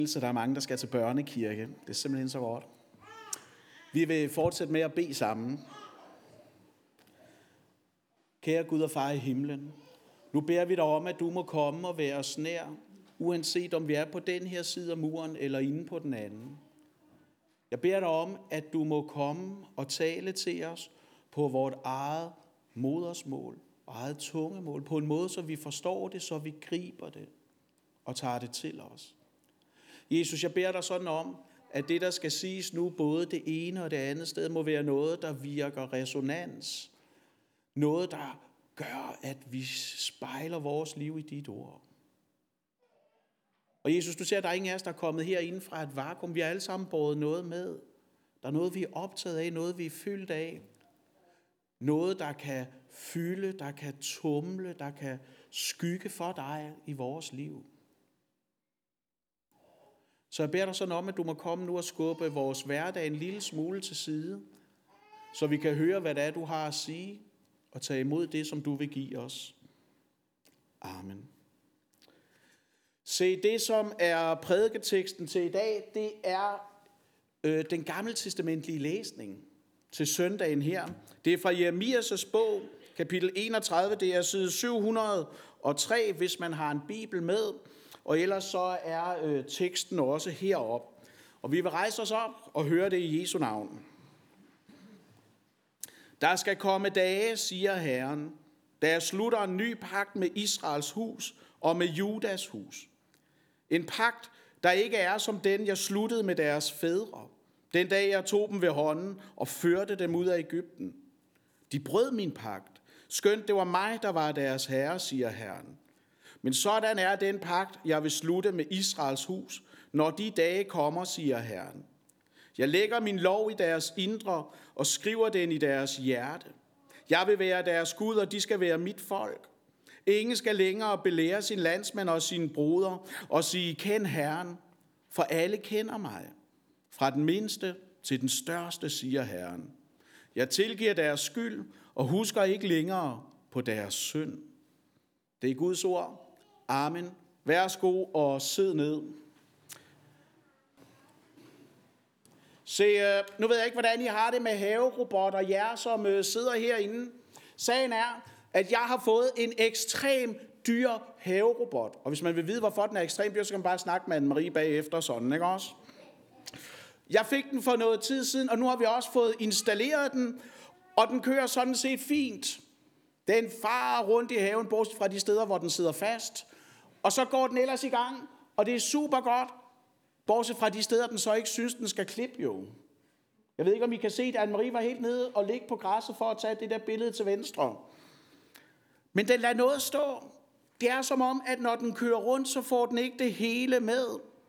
Så der er mange, der skal til børnekirke. Det er simpelthen så godt. Vi vil fortsætte med at bede sammen. Kære Gud og Far i himlen, nu beder vi dig om, at du må komme og være os nær, uanset om vi er på den her side af muren eller inde på den anden. Jeg beder dig om, at du må komme og tale til os på vort eget modersmål, eget tungemål, på en måde, så vi forstår det, så vi griber det og tager det til os. Jesus, jeg beder dig sådan om, at det, der skal siges nu, både det ene og det andet sted, må være noget, der virker resonans. Noget, der gør, at vi spejler vores liv i dit ord. Og Jesus, du ser, at der er ingen af os, der er kommet herinde fra et vakuum. Vi har alle sammen båret noget med. Der er noget, vi er optaget af, noget, vi er fyldt af. Noget, der kan fylde, der kan tumle, der kan skygge for dig i vores liv. Så jeg beder dig sådan om, at du må komme nu og skubbe vores hverdag en lille smule til side, så vi kan høre, hvad det er, du har at sige, og tage imod det, som du vil give os. Amen. Se, det som er prædiketeksten til i dag, det er den gammeltestamentlige læsning til søndagen her. Det er fra Jeremias' bog, kapitel 31, det er side 703, hvis man har en bibel med. Og ellers så er teksten også herop. Og vi vil rejse os op og høre det i Jesu navn. Der skal komme dage, siger Herren, da jeg slutter en ny pagt med Israels hus og med Judas hus. En pagt, der ikke er som den, jeg sluttede med deres fædre. Den dag, jeg tog dem ved hånden og førte dem ud af Egypten. De brød min pagt. Skønt det var mig, der var deres herre, siger Herren. Men sådan er den pagt, jeg vil slutte med Israels hus, når de dage kommer, siger Herren. Jeg lægger min lov i deres indre og skriver den i deres hjerte. Jeg vil være deres Gud, og de skal være mit folk. Ingen skal længere belære sin landsmand og sine broder og sige, kend Herren, for alle kender mig. Fra den mindste til den største, siger Herren. Jeg tilgiver deres skyld og husker ikke længere på deres synd. Det er Guds ord. Amen. Værsgo og sid ned. Se, nu ved jeg ikke, hvordan I har det med haverobotter, jer som sidder herinde. Sagen er, at jeg har fået en ekstrem dyr haverobot. Og hvis man vil vide, hvorfor den er ekstremt dyr, så kan man bare snakke med Anne-Marie bagefter sådan, ikke også? Jeg fik den for noget tid siden, og nu har vi også fået installeret den, og den kører sådan set fint. Den farer rundt i haven, bortset fra de steder, hvor den sidder fast. Og så går den ellers i gang, og det er super godt. Bortset fra de steder, den så ikke synes, den skal klippe jo. Jeg ved ikke, om I kan se det. Anne-Marie var helt nede og ligge på græsset for at tage det der billede til venstre. Men den lader noget stå. Det er som om, at når den kører rundt, så får den ikke det hele med.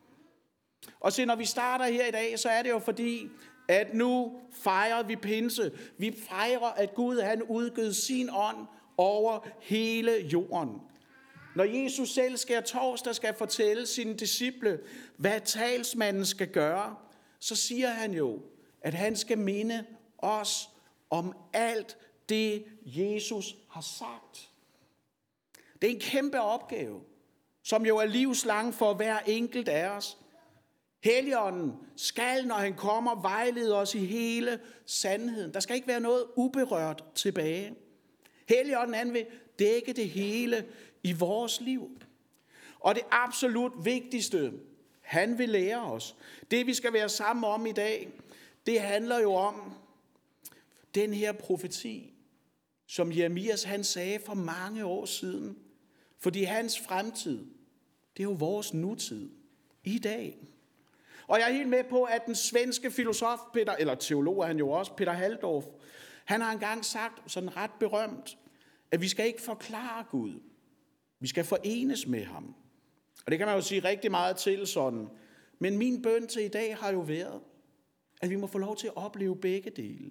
Og så når vi starter her i dag, så er det jo fordi, at nu fejrer vi pinse. Vi fejrer, at Gud han udgød sin ånd over hele jorden. Når Jesus selv torsdag skal fortælle sine disciple, hvad talsmanden skal gøre, så siger han jo, at han skal minde os om alt det, Jesus har sagt. Det er en kæmpe opgave, som jo er livslang for hver enkelt af os. Helligånden skal, når han kommer, vejlede os i hele sandheden. Der skal ikke være noget uberørt tilbage. Helligånden han vil dække det hele i vores liv. Og det absolut vigtigste, han vil lære os, det vi skal være sammen om i dag, det handler jo om den her profeti, som Jeremias han sagde for mange år siden. Fordi hans fremtid, det er jo vores nutid i dag. Og jeg er helt med på, at den svenske filosof, teolog er han jo også, Peter Halldorf, han har engang sagt, sådan ret berømt, at vi skal ikke forklare Gud. Vi skal forenes med ham. Og det kan man jo sige rigtig meget til sådan. Men min bøn til i dag har jo været, at vi må få lov til at opleve begge dele.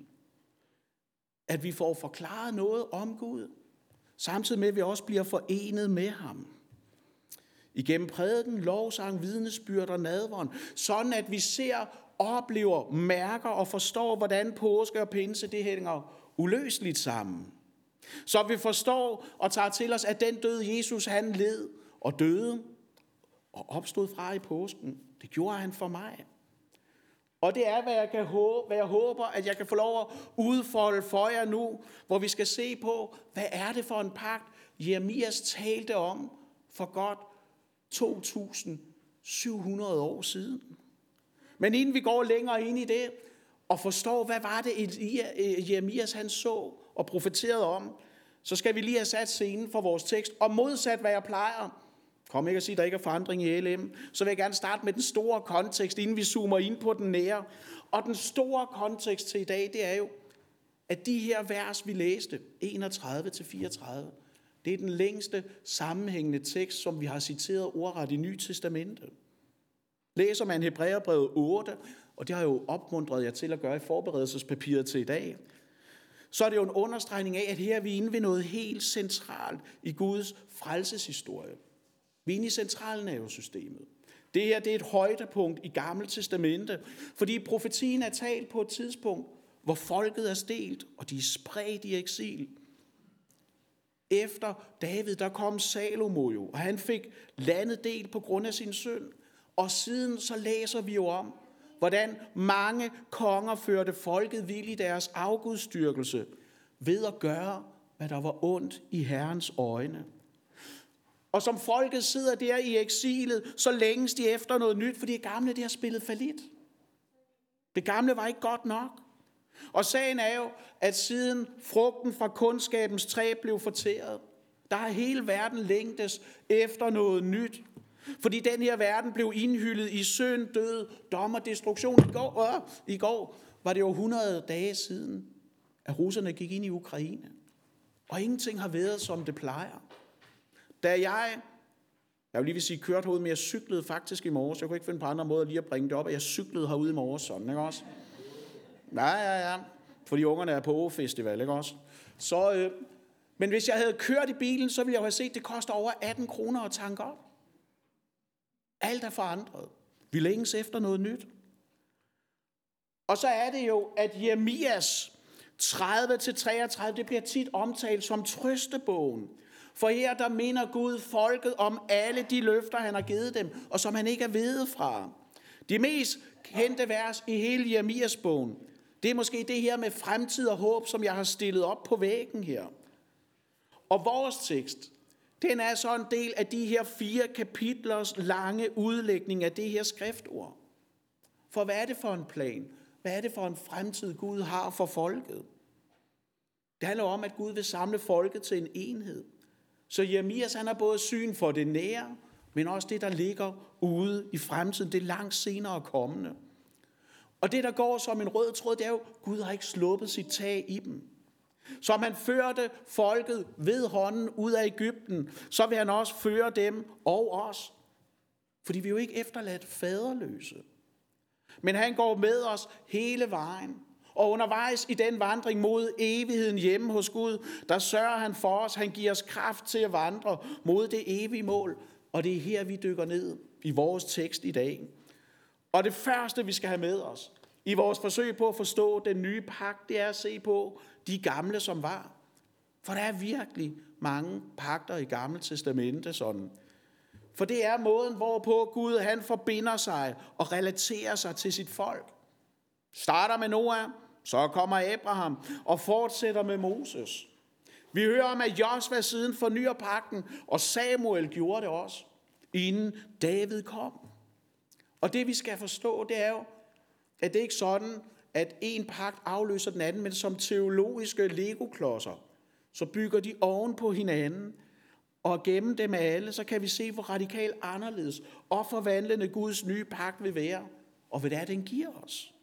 At vi får forklaret noget om Gud, samtidig med at vi også bliver forenet med ham. Igennem prædiken, lovsang, vidnesbyrd og nadveren, sådan at vi ser, oplever, mærker og forstår, hvordan påske og pinse det hænger uløseligt sammen. Så vi forstår og tager til os, at den død Jesus han led og døde og opstod fra i påsken, Det gjorde han for mig. Og det er, hvad jeg håber, at jeg kan få lov at udfolde for jer nu, hvor vi skal se på, hvad er det for en pagt, Jeremias talte om for godt 2.700 år siden. Men inden vi går længere ind i det, og forstår, hvad var det, Jeremias han så og profeterede om, så skal vi lige have sat scenen for vores tekst. Og modsat, hvad jeg plejer, kom ikke at sige, at der ikke er forandring i LM, så vil jeg gerne starte med den store kontekst, inden vi zoomer ind på den nære. Og den store kontekst til i dag, det er jo, at de her vers, vi læste, 31-34, det er den længste sammenhængende tekst, som vi har citeret ordret i Nye Testamente. Læser man Hebræerbrevet 8, og det har jo opmuntret jer til at gøre i forberedelsespapiret til i dag, så er det jo en understregning af, at her er vi inde ved noget helt centralt i Guds frelseshistorie. Vi er inde i centralnervesystemet. Det her, det er et højdepunkt i Gamle Testamente, fordi profetien er talt på et tidspunkt, hvor folket er stelt, og de er spredt i eksil. Efter David, der kom Salomo jo, og han fik landet delt på grund af sin synd. Og siden så læser vi jo om, hvordan mange konger førte folket vild i deres afgudstyrkelse ved at gøre, hvad der var ondt i Herrens øjne. Og som folket sidder der i eksilet, så længes de efter noget nyt, fordi det gamle, det har spillet fallit. Det gamle var ikke godt nok. Og sagen er jo, at siden frugten fra kundskabens træ blev fortæret, der har hele verden længtes efter noget nyt. Fordi den her verden blev indhyllet i synd, død, dom og destruktion. I går var det jo 100 dage siden, at russerne gik ind i Ukraine. Og ingenting har været, som det plejer. Da jeg vil lige sige kørte herude, men jeg cyklede faktisk i morges. Jeg kunne ikke finde på andre måder lige at bringe det op, at jeg cyklede herude i morges sådan, ikke også? Ja. Fordi ungerne er på Åfestival, ikke også? Så, men hvis jeg havde kørt i bilen, så ville jeg jo have set, at det koster over 18 kroner at tanke op. Alt er forandret. Vi længes efter noget nyt. Og så er det jo, at Jeremias 30-33, det bliver tit omtalt som trøstebogen. For her der minder Gud folket om alle de løfter, han har givet dem, og som han ikke er vedet fra. De mest kendte vers i hele Jeremias bogen, det er måske det her med fremtid og håb, som jeg har stillet op på væggen her. Og vores tekst, den er så en del af de her 4 kapitlers lange udlægning af det her skriftord. For hvad er det for en plan? Hvad er det for en fremtid, Gud har for folket? Det handler om, at Gud vil samle folket til en enhed. Så Jeremias, han har både syn for det nære, men også det, der ligger ude i fremtiden, det langt senere kommende. Og det, der går som en rød tråd, det er jo, at Gud har ikke sluppet sit tag i dem. Som han førte folket ved hånden ud af Egypten, så vil han også føre dem og os. Fordi vi er jo ikke efterladt faderløse. Men han går med os hele vejen. Og undervejs i den vandring mod evigheden hjemme hos Gud, der sørger han for os. Han giver os kraft til at vandre mod det evige mål. Og det er her, vi dykker ned i vores tekst i dag. Og det første, vi skal have med os i vores forsøg på at forstå den nye pagt, det er at se på de gamle, som var. For der er virkelig mange pagter i Gamle Testamente sådan. For det er måden, hvorpå Gud han forbinder sig og relaterer sig til sit folk. Starter med Noah, så kommer Abraham og fortsætter med Moses. Vi hører om, at Josva siden fornyer pagten, og Samuel gjorde det også, inden David kom. Og det vi skal forstå, det er jo, at det ikke er sådan, at en pagt afløser den anden, men som teologiske legoklodser, så bygger de oven på hinanden, og gennem dem alle, så kan vi se, hvor radikalt anderledes og forvandlende Guds nye pagt vil være, og hvad det er, den giver os.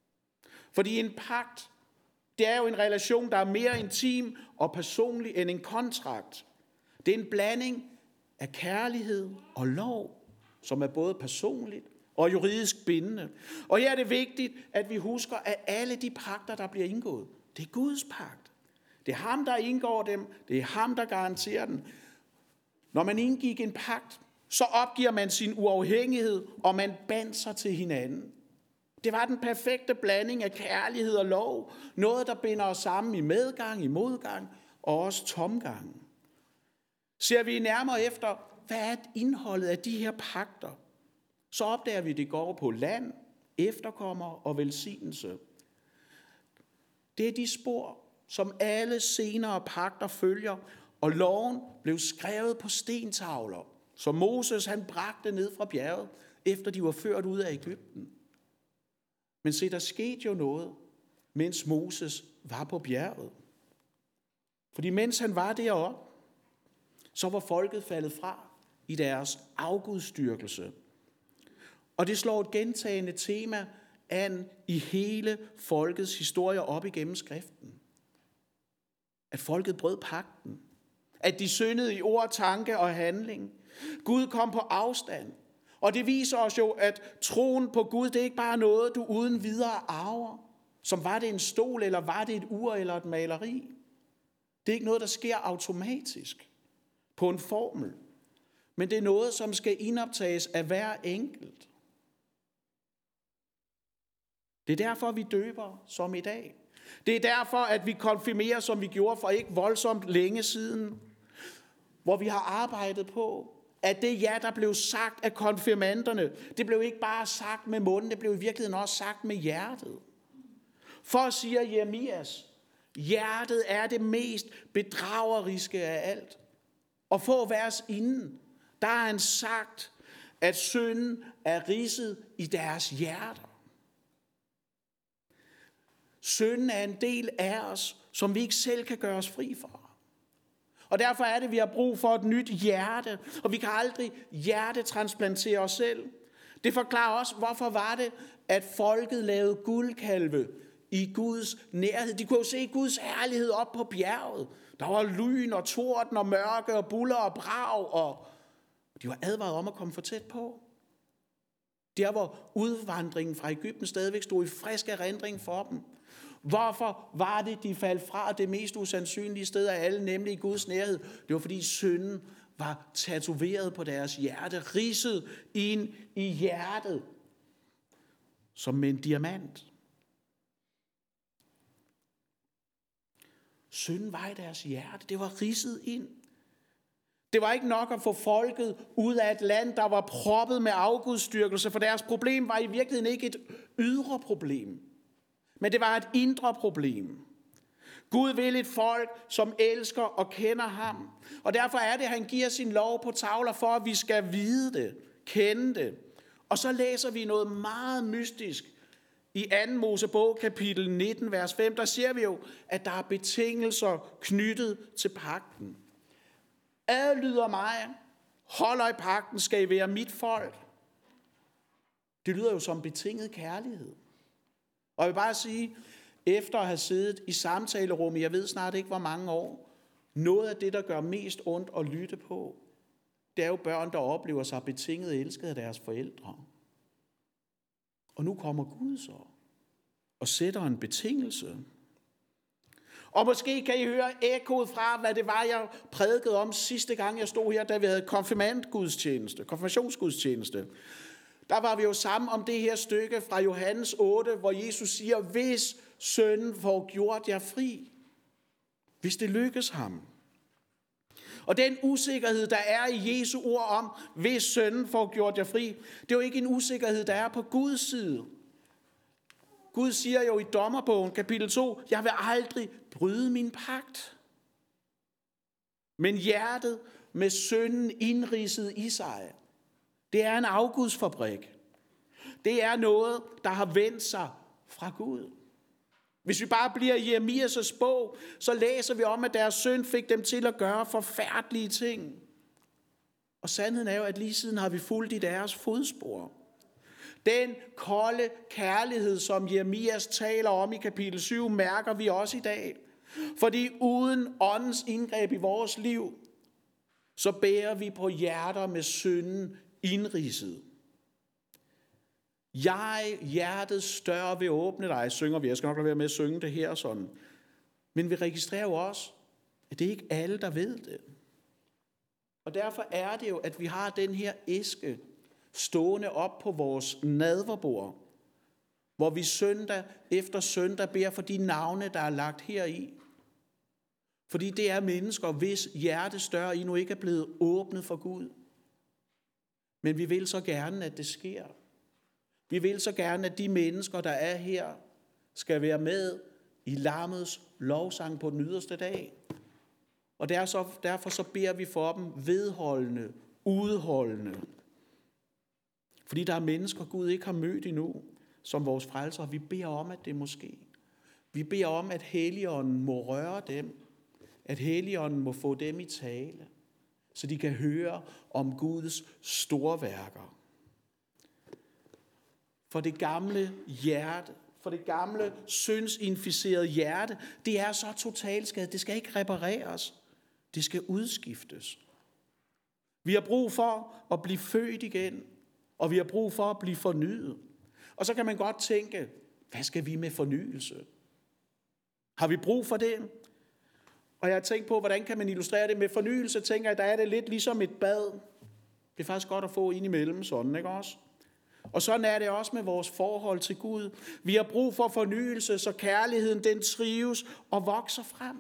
Fordi en pagt, det er jo en relation, der er mere intim og personlig end en kontrakt. Det er en blanding af kærlighed og lov, som er både personligt og juridisk bindende. Og her er det vigtigt, at vi husker, at alle de pagter, der bliver indgået, det er Guds pagt. Det er ham, der indgår dem. Det er ham, der garanterer den. Når man indgik en pagt, så opgiver man sin uafhængighed, og man bandt sig til hinanden. Det var den perfekte blanding af kærlighed og lov. Noget, der binder os sammen i medgang, i modgang og også tomgang. Ser vi nærmere efter, hvad er indholdet af de her pagter? så opdager vi, at det går på land, efterkommer og velsignelse. Det er de spor, som alle senere pagter følger, og loven blev skrevet på stentavler, som Moses han bragte ned fra bjerget, efter de var ført ud af Egypten. Men se, der skete jo noget, mens Moses var på bjerget. Fordi mens han var deroppe, så var folket faldet fra i deres afgudstyrkelse. Og det slår et gentagende tema an i hele folkets historie op igennem skriften. At folket brød pagten. At de syndede i ord, tanke og handling. Gud kom på afstand. Og det viser os jo, at troen på Gud, det er ikke bare noget, du uden videre arver. Som var det en stol, eller var det et ur, eller et maleri. Det er ikke noget, der sker automatisk på en formel. Men det er noget, som skal indoptages af hver enkelt. Det er derfor, vi døber som i dag. Det er derfor, at vi konfirmerer, som vi gjorde for ikke voldsomt længe siden. Hvor vi har arbejdet på, at det ja, der blev sagt af konfirmanderne, det blev ikke bare sagt med munden, det blev i virkeligheden også sagt med hjertet. For siger Jeremias, hjertet er det mest bedrageriske af alt. Og få vers inden, der er han sagt, at synden er ridset i deres hjerter. Synden er en del af os, som vi ikke selv kan gøre os fri for. Og derfor er det, at vi har brug for et nyt hjerte, og vi kan aldrig hjertetransplantere os selv. Det forklarer også, hvorfor var det, at folket lavede guldkalve i Guds nærhed. De kunne jo se Guds herlighed op på bjerget. Der var lyn og torden og mørke og buller og brag, og de var advaret om at komme for tæt på. Der hvor udvandringen fra Egypten stadigvæk stod i frisk erindring for dem. Hvorfor var det, de faldt fra det mest usandsynlige sted af alle, nemlig i Guds nærhed? Det var fordi synden var tatoveret på deres hjerte, ridset ind i hjertet, som med en diamant. Synden var i deres hjerte, det var ridset ind. Det var ikke nok at få folket ud af et land, der var proppet med afgudstyrkelse, for deres problem var i virkeligheden ikke et ydre problem, men det var et indre problem. Gud vil et folk, som elsker og kender ham. Og derfor er det, at han giver sin lov på tavler, for at vi skal vide det, kende det. Og så læser vi noget meget mystisk. I 2. Mosebog, kapitel 19, vers 5, der ser vi jo, at der er betingelser knyttet til pagten. Adlyder mig, holder i pagten, skal I være mit folk. Det lyder jo som betinget kærlighed. Og jeg vil bare sige, efter at have siddet i samtalerummet, jeg ved snart ikke hvor mange år, noget af det, der gør mest ondt at lytte på, det er jo børn, der oplever sig betinget elsket af deres forældre. Og nu kommer Gud så og sætter en betingelse. Og måske kan I høre ekkoet fra, hvad det var, jeg prædikede om sidste gang, jeg stod her, da vi havde konfirmationsgudstjeneste. Der var vi jo sammen om det her stykke fra Johannes 8, hvor Jesus siger, hvis sønnen får gjort jer fri, hvis det lykkes ham. Og den usikkerhed, der er i Jesu ord om, hvis sønnen får gjort jer fri, det er jo ikke en usikkerhed, der er på Guds side. Gud siger jo i Dommerbogen, kapitel 2, jeg vil aldrig bryde min pagt. Men hjertet med synden indridset i sig, det er en afgudsfabrik. Det er noget, der har vendt sig fra Gud. Hvis vi bare bliver i Jeremias' bog, så læser vi om, at deres synd fik dem til at gøre forfærdelige ting. Og sandheden er jo, at lige siden har vi fulgt i deres fodspor. Den kolde kærlighed, som Jeremias taler om i kapitel 7, mærker vi også i dag. Fordi uden åndens indgreb i vores liv, så bærer vi på hjerter med synden indridset. Jeg, hjertet større, vil åbne dig, synger vi. Jeg skal nok lade være med at synge det her sådan. Men vi registrerer jo også, at det ikke er alle, der ved det. Og derfor er det jo, at vi har den her æske stående op på vores nadverbord, hvor vi søndag efter søndag beder for de navne, der er lagt heri. Fordi det er mennesker, hvis hjerte større endnu ikke er blevet åbnet for Gud. Men vi vil så gerne, at det sker. Vi vil så gerne, at de mennesker, der er her, skal være med i lammets lovsang på den yderste dag. Og derfor så beder vi for dem vedholdende, udholdende. Fordi der er mennesker, Gud ikke har mødt endnu, som vores frelser. Vi beder om, at det må ske. Vi beder om, at Helligånden må røre dem. At Helligånden må få dem i tale, så de kan høre om Guds store værker. For det gamle hjerte, for det gamle syndsinficerede hjerte, det er så totalskadet. Det skal ikke repareres. Det skal udskiftes. Vi har brug for at blive født igen, og vi har brug for at blive fornyet. Og så kan man godt tænke, hvad skal vi med fornyelse? Har vi brug for det? Og jeg har tænkt på, hvordan kan man illustrere det med fornyelse? Tænker jeg, der er det lidt ligesom et bad. Det er faktisk godt at få ind imellem sådan, ikke også? Og sådan er det også med vores forhold til Gud. Vi har brug for fornyelse, så kærligheden den trives og vokser frem.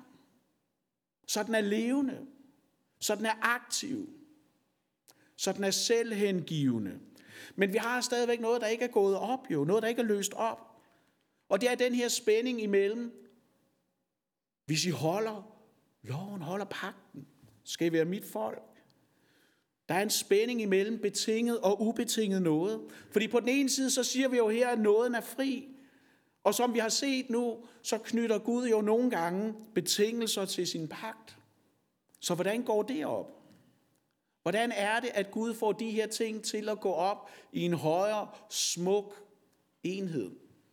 Så den er levende. Så den er aktiv. Så den er selvhengivende. Men vi har stadigvæk noget, der ikke er gået op, jo. Noget, der ikke er løst op. Og det er den her spænding imellem. Hvis I holder loven, holder pagten, skal I være mit folk. Der er en spænding imellem betinget og ubetinget noget. Fordi på den ene side, så siger vi jo her, at nåden er fri. Og som vi har set nu, så knytter Gud jo nogle gange betingelser til sin pagt. Så hvordan går det op? Hvordan er det, at Gud får de her ting til at gå op i en højere, smuk enhed?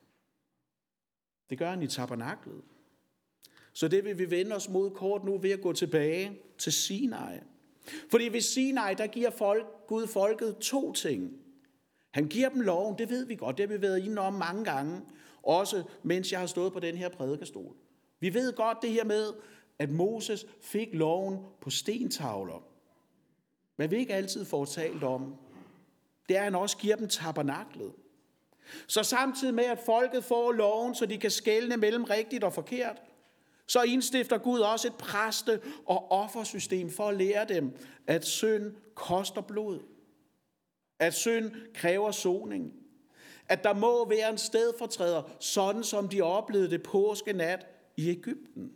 Det gør han i tabernaklet. Så det vil vi vende os mod kort nu ved at gå tilbage til Sinai. Fordi ved Sinai, der giver Gud folket 2 ting. Han giver dem loven, det ved vi godt, det har vi været inde om mange gange. Også mens jeg har stået på den her prædikestol. Vi ved godt det her med, at Moses fik loven på stentavler. Men vi ikke altid får talt om, det er, at han også giver dem tabernaklet. Så samtidig med, at folket får loven, så de kan skelne mellem rigtigt og forkert, så indstifter Gud også et præste- og offersystem for at lære dem, at synd koster blod. At synd kræver soning. At der må være en stedfortræder, sådan som de oplevede det påskenat i Egypten.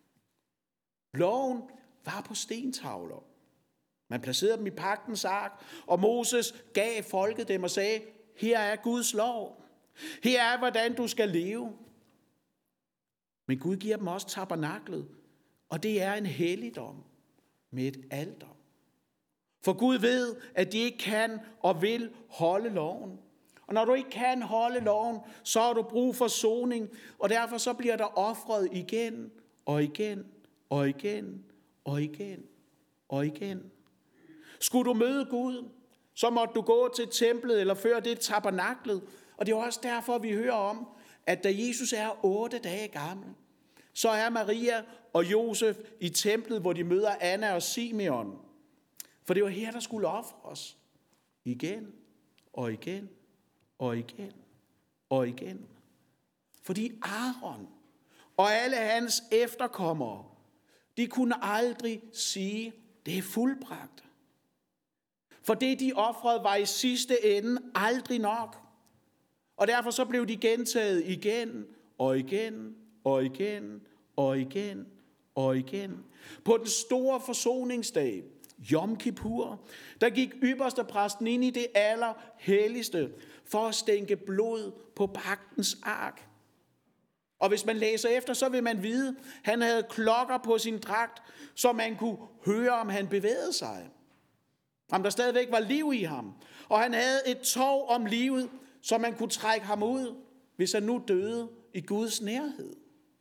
Loven var på stentavler. Man placerede dem i pagtens ark, og Moses gav folket dem og sagde, her er Guds lov. Her er, hvordan du skal leve. Men Gud giver dem også tabernaklet, og det er en helligdom med et alter. For Gud ved, at de ikke kan og vil holde loven. Og når du ikke kan holde loven, så har du brug for soning, og derfor så bliver der ofret igen og igen og igen og igen og igen. Skulle du møde Gud, så måtte du gå til templet eller før det tabernaklet. Og det er også derfor, vi hører om, at da Jesus er 8 dage gammel, så er Maria og Josef i templet, hvor de møder Anna og Simeon. For det var her, der skulle ofres. Igen og igen og igen og igen. Fordi Aaron og alle hans efterkommere, de kunne aldrig sige, det er fuldbragt. For det, de ofrede, var i sidste ende aldrig nok. Og derfor så blev de gentaget igen og igen og igen og igen og igen. På den store forsoningsdag, Yom Kippur, der gik ypperstepræsten ind i det allerhelligste for at stænke blod på pagtens ark. Og hvis man læser efter, så vil man vide, at han havde klokker på sin dragt, så man kunne høre, om han bevægede sig. Om der stadigvæk var liv i ham. Og han havde et tov om livet, så man kunne trække ham ud, hvis han nu døde i Guds nærhed.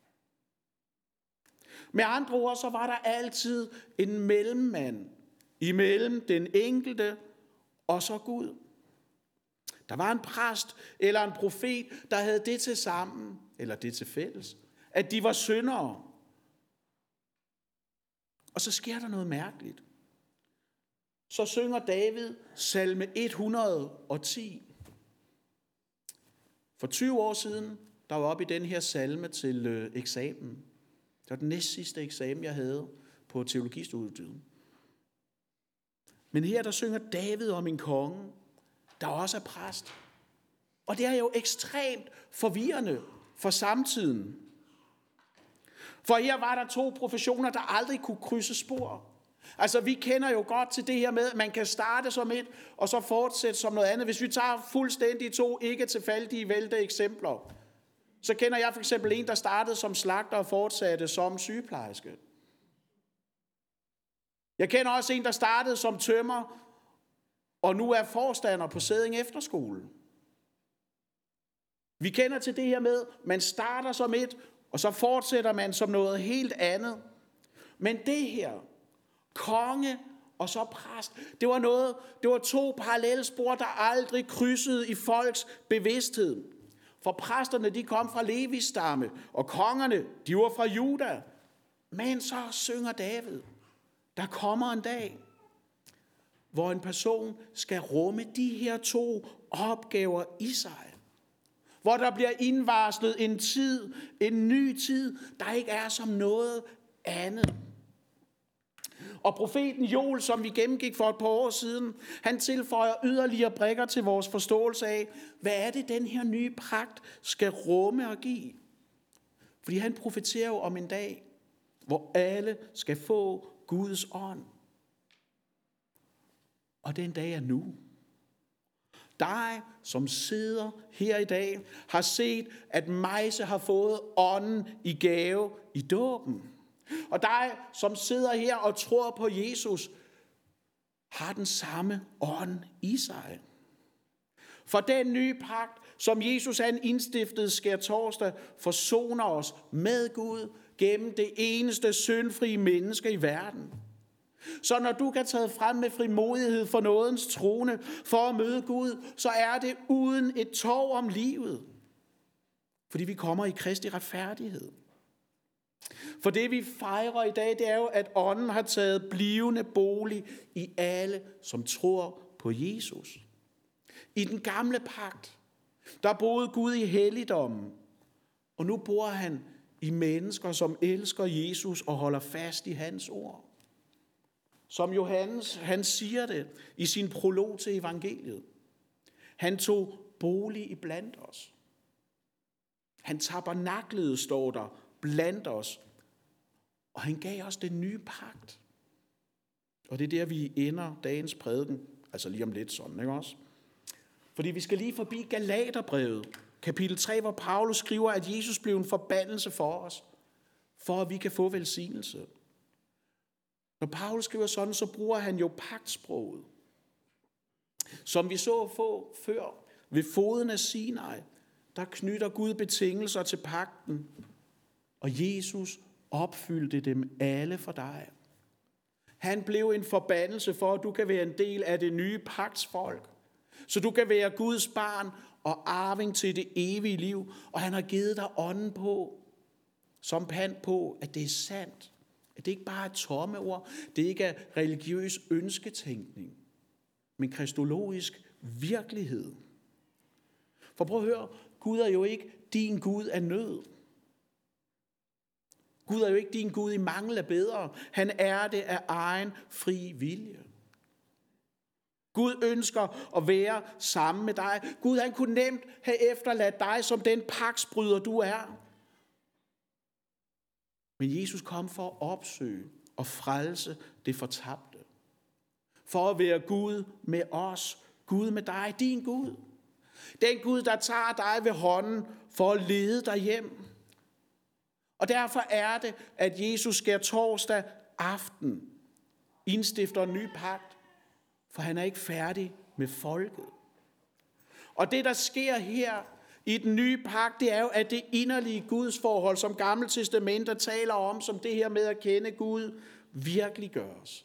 Med andre ord, så var der altid en mellemmand imellem den enkelte og så Gud. Der var en præst eller en profet, der havde det til sammen, eller det til fælles, at de var syndere. Og så sker der noget mærkeligt. Så synger David salme 110. For 20 år siden, der var oppe i den her salme til eksamen. Det var den næst sidste eksamen, jeg havde på teologistudiet. Men her der synger David om en konge, der også er præst. Og det er jo ekstremt forvirrende for samtiden. For her var der to professioner, der aldrig kunne krydse spor. Altså vi kender jo godt til det her med, at man kan starte som et, og så fortsætte som noget andet. Hvis vi tager fuldstændig to ikke tilfældige valgte eksempler, så kender jeg for eksempel en, der startede som slagter og fortsatte som sygeplejerske. Jeg kender også en, der startede som tømrer, og nu er forstander på Sædding Efterskole. Vi kender til det her med, man starter som et, og så fortsætter man som noget helt andet. Men det her, konge og så præst, det var to parallelle spor, der aldrig krydsede i folks bevidsthed. For præsterne, de kom fra Levis stamme, og kongerne, de var fra Juda. Men så synger David, der kommer en dag, hvor en person skal rumme de her to opgaver i sig. Hvor der bliver indvarslet en tid, en ny tid, der ikke er som noget andet. Og profeten Joel, som vi gennemgik for et par år siden, han tilføjer yderligere brikker til vores forståelse af, hvad er det, den her nye pagt skal rumme og give. Fordi han profeterer jo om en dag, hvor alle skal få Guds ånd. Og den dag er nu. Dig, som sidder her i dag, har set, at Mejse har fået ånden i gave i dåben. Og dig, som sidder her og tror på Jesus, har den samme ånd i sig. For den nye pagt, som Jesus han indstiftede skærtorsdag, forsoner os med Gud gennem det eneste syndfrie menneske i verden. Så når du kan tage frem med frimodighed for nådens trone for at møde Gud, så er det uden et tov om livet. Fordi vi kommer i Kristi retfærdighed. For det vi fejrer i dag, det er jo, at ånden har taget blivende bolig i alle, som tror på Jesus. I den gamle pagt, der boede Gud i helligdommen, og nu bor han i mennesker, som elsker Jesus og holder fast i hans ord. Som Johannes, han siger det i sin prolog til evangeliet. Han tog bolig i blandt os. Han tabernaklede, står der, blandt os. Og han gav os den nye pagt. Og det er der, vi ender dagens prædiken. Altså lige om lidt sådan, ikke også? Fordi vi skal lige forbi Galaterbrevet, kapitel 3, hvor Paulus skriver, at Jesus blev en forbandelse for os, for at vi kan få velsignelse. Når Paulus skriver sådan, så bruger han jo pagtsproget. Som vi så få før ved foden af Sinai, der knytter Gud betingelser til pagten, og Jesus opfyldte dem alle for dig. Han blev en forbandelse for, at du kan være en del af det nye pagtsfolk, så du kan være Guds barn og arving til det evige liv, og han har givet dig ånden på, som pant på, at det er sandt. At det ikke bare er tomme ord, det ikke er religiøs ønsketænkning, men kristologisk virkelighed. For prøv at høre, Gud er jo ikke din Gud af nød. Gud er jo ikke din Gud i mangel af bedre. Han er det af egen fri vilje. Gud ønsker at være sammen med dig. Gud, han kunne nemt have efterladt dig som den pagtsbryder, du er. Men Jesus kom for at opsøge og frelse det fortabte. For at være Gud med os. Gud med dig, din Gud. Den Gud, der tager dig ved hånden for at lede dig hjem. Og derfor er det, at Jesus skærtorsdag aften indstifter en ny pagt. For han er ikke færdig med folket. Og det, der sker her i den nye pagt, det er jo, at det inderlige gudsforhold, som Gamle Testamentet taler om, som det her med at kende Gud, virkelig gøres.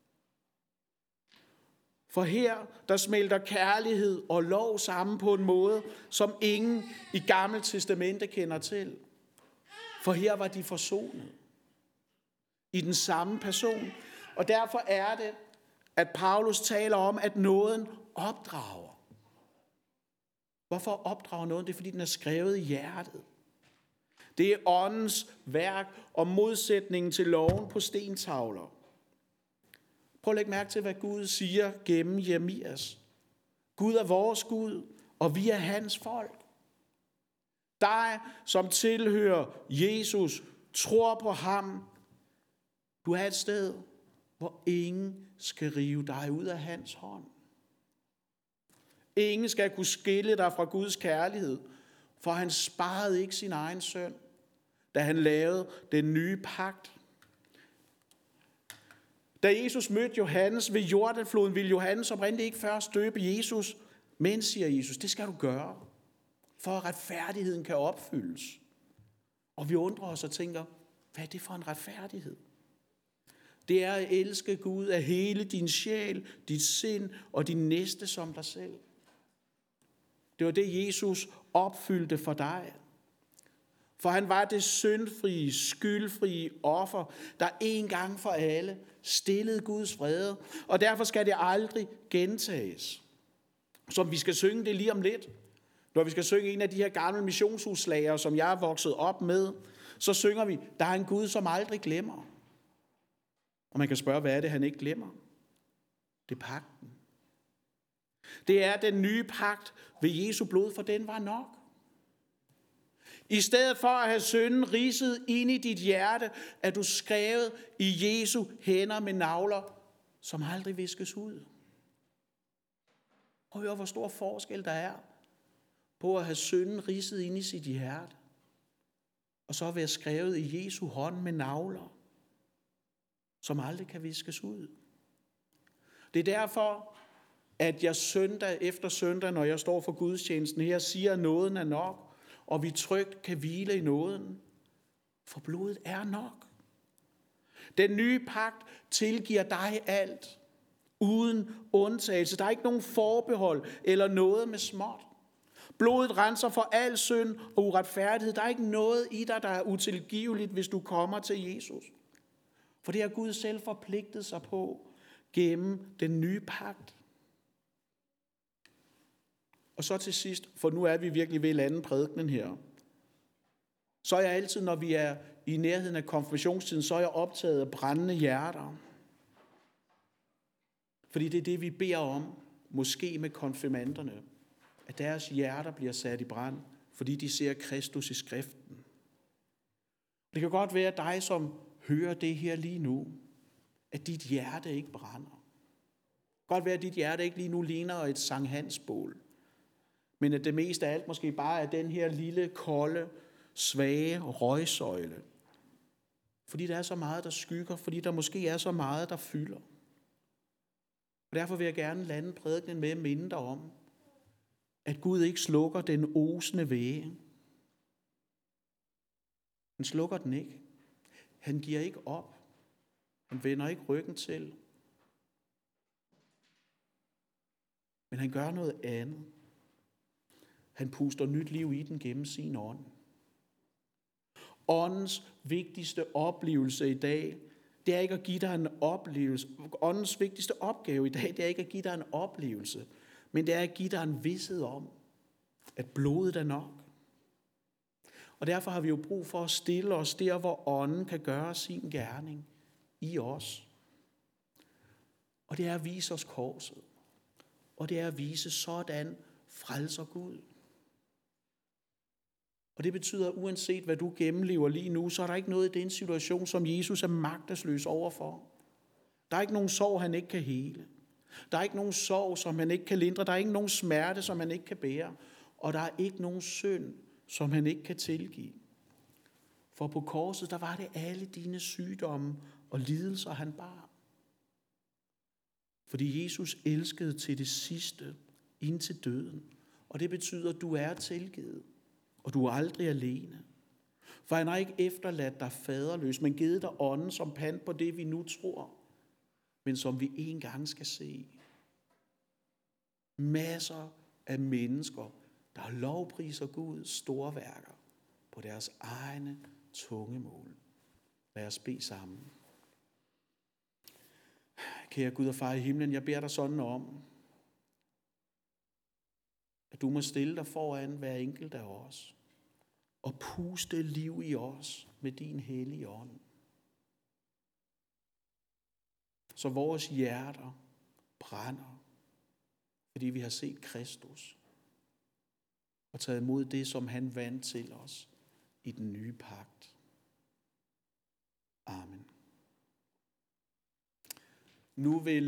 For her, der smelter kærlighed og lov sammen på en måde, som ingen i Gamle Testamentet kender til. For her var de forsonet i den samme person. Og derfor er det, at Paulus taler om, at nåden opdrager. Hvorfor opdrager nåden? Det er, fordi den er skrevet i hjertet. Det er åndens værk og modsætningen til loven på stentavler. Prøv at lægge mærke til, hvad Gud siger gennem Jeremias. Gud er vores Gud, og vi er hans folk. Dig, som tilhører Jesus, tror på ham. Du er et sted, hvor ingen skal rive dig ud af hans hånd. Ingen skal kunne skille dig fra Guds kærlighed, for han sparede ikke sin egen søn, da han lavede den nye pagt. Da Jesus mødte Johannes ved Jordanfloden, ville Johannes oprindeligt ikke først døbe Jesus, men siger Jesus, det skal du gøre, for at retfærdigheden kan opfyldes. Og vi undrer os og tænker, hvad er det for en retfærdighed? Det er at elske Gud af hele din sjæl, dit sind og din næste som dig selv. Det var det, Jesus opfyldte for dig. For han var det syndfrie, skyldfrie offer, der en gang for alle stillede Guds vrede. Og derfor skal det aldrig gentages. Som vi skal synge det lige om lidt. Når vi skal synge en af de her gamle missionshusslager, som jeg er vokset op med, så synger vi, der er en Gud, som aldrig glemmer. Og man kan spørge, hvad er det, han ikke glemmer? Det er pagten. Det er den nye pagt ved Jesu blod, for den var nok. I stedet for at have synden ridset ind i dit hjerte, er du skrevet i Jesu hænder med nagler, som aldrig viskes ud. Prøv at høre, hvor stor forskel der er på at have synden ridset ind i sit hjerte, og så at være skrevet i Jesu hånd med nagler, som aldrig kan viskes ud. Det er derfor, at jeg søndag efter søndag, når jeg står for gudstjenesten her, siger, at nåden er nok, og vi trygt kan hvile i nåden, for blodet er nok. Den nye pagt tilgiver dig alt, uden undtagelse. Der er ikke nogen forbehold eller noget med småt. Blodet renser for al synd og uretfærdighed. Der er ikke noget i dig, der er utilgiveligt, hvis du kommer til Jesus. For det har Gud selv forpligtet sig på gennem den nye pagt. Og så til sidst, for nu er vi virkelig ved lande prædikenen her, så er jeg altid, når vi er i nærheden af konfirmationstiden, så er jeg optaget af brændende hjerter. Fordi det er det, vi beder om, måske med konfirmanderne, at deres hjerter bliver sat i brand, fordi de ser Kristus i skriften. Det kan godt være dig, som hører det her lige nu, at dit hjerte ikke brænder. Det kan godt være, at dit hjerte ikke lige nu ligner et Sankt Hans bål, men at det mest af alt måske bare er den her lille, kolde, svage røgsøjle. Fordi der er så meget, der skygger, fordi der måske er så meget, der fylder. Og derfor vil jeg gerne lande prædikenen med at minde dig om, at Gud ikke slukker den osende væge. Han slukker den ikke. Han giver ikke op. Han vender ikke ryggen til. Men han gør noget andet. Han puster nyt liv i den gennem sin ånd. Åndens vigtigste oplevelse i dag, det er ikke at give dig en oplevelse. Åndens vigtigste opgave i dag, det er ikke at give dig en oplevelse, men det er at give dig en vished om, at blodet er nok. Og derfor har vi jo brug for at stille os der, hvor ånden kan gøre sin gerning i os. Og det er at vise os korset. Og det er at vise, sådan frelser Gud. Og det betyder, at uanset hvad du gennemlever lige nu, så er der ikke noget i den situation, som Jesus er magtesløs overfor. Der er ikke nogen sorg, han ikke kan hele. Der er ikke nogen sorg, som han ikke kan lindre. Der er ikke nogen smerte, som han ikke kan bære. Og der er ikke nogen synd, som han ikke kan tilgive. For på korset, der var det alle dine sygdomme og lidelser, han bar. Fordi Jesus elskede til det sidste, indtil døden. Og det betyder, at du er tilgivet. Og du er aldrig alene. For han har ikke efterladt dig faderløs, men givet dig ånden som pant på det, vi nu tror, men som vi en gang skal se. Masser af mennesker, der lovpriser Guds store værker på deres egne tungemål. Lad os bede sammen. Kære Gud og Far i himlen, jeg beder dig sådan om, at du må stille dig foran hver enkelt af os, og puste liv i os med din hellige ånd. så vores hjerter brænder, fordi vi har set Kristus og taget imod det, som han vandt til os i den nye pagt. Amen. Nu vil